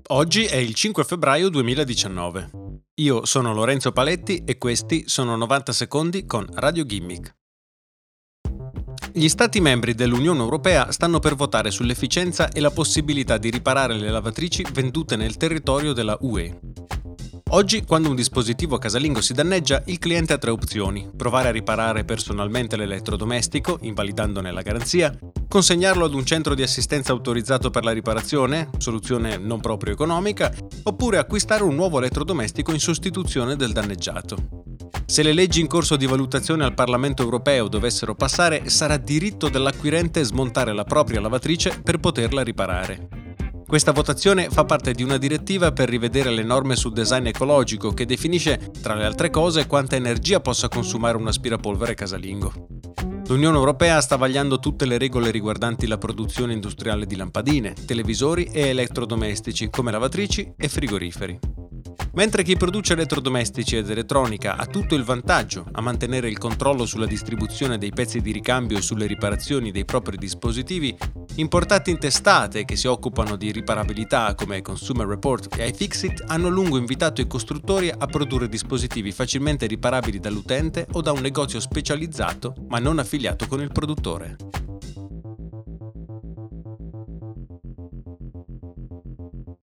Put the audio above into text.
Oggi è il 5 febbraio 2019. Io sono Lorenzo Paletti e questi sono 90 secondi con Radio Gimmick. Gli Stati membri dell'Unione Europea stanno per votare sull'efficienza e la possibilità di riparare le lavatrici vendute nel territorio della UE. Oggi, quando un dispositivo casalingo si danneggia, il cliente ha tre opzioni: provare a riparare personalmente l'elettrodomestico, invalidandone la garanzia, consegnarlo ad un centro di assistenza autorizzato per la riparazione, soluzione non proprio economica, oppure acquistare un nuovo elettrodomestico in sostituzione del danneggiato. Se le leggi in corso di valutazione al Parlamento europeo dovessero passare, sarà diritto dell'acquirente smontare la propria lavatrice per poterla riparare. Questa votazione fa parte di una direttiva per rivedere le norme sul design ecologico che definisce, tra le altre cose, quanta energia possa consumare un aspirapolvere casalingo. L'Unione Europea sta vagliando tutte le regole riguardanti la produzione industriale di lampadine, televisori e elettrodomestici come lavatrici e frigoriferi. Mentre chi produce elettrodomestici ed elettronica ha tutto il vantaggio a mantenere il controllo sulla distribuzione dei pezzi di ricambio e sulle riparazioni dei propri dispositivi, importati in testate che si occupano di riparabilità come Consumer Report e iFixit hanno a lungo invitato i costruttori a produrre dispositivi facilmente riparabili dall'utente o da un negozio specializzato ma non affiliato con il produttore.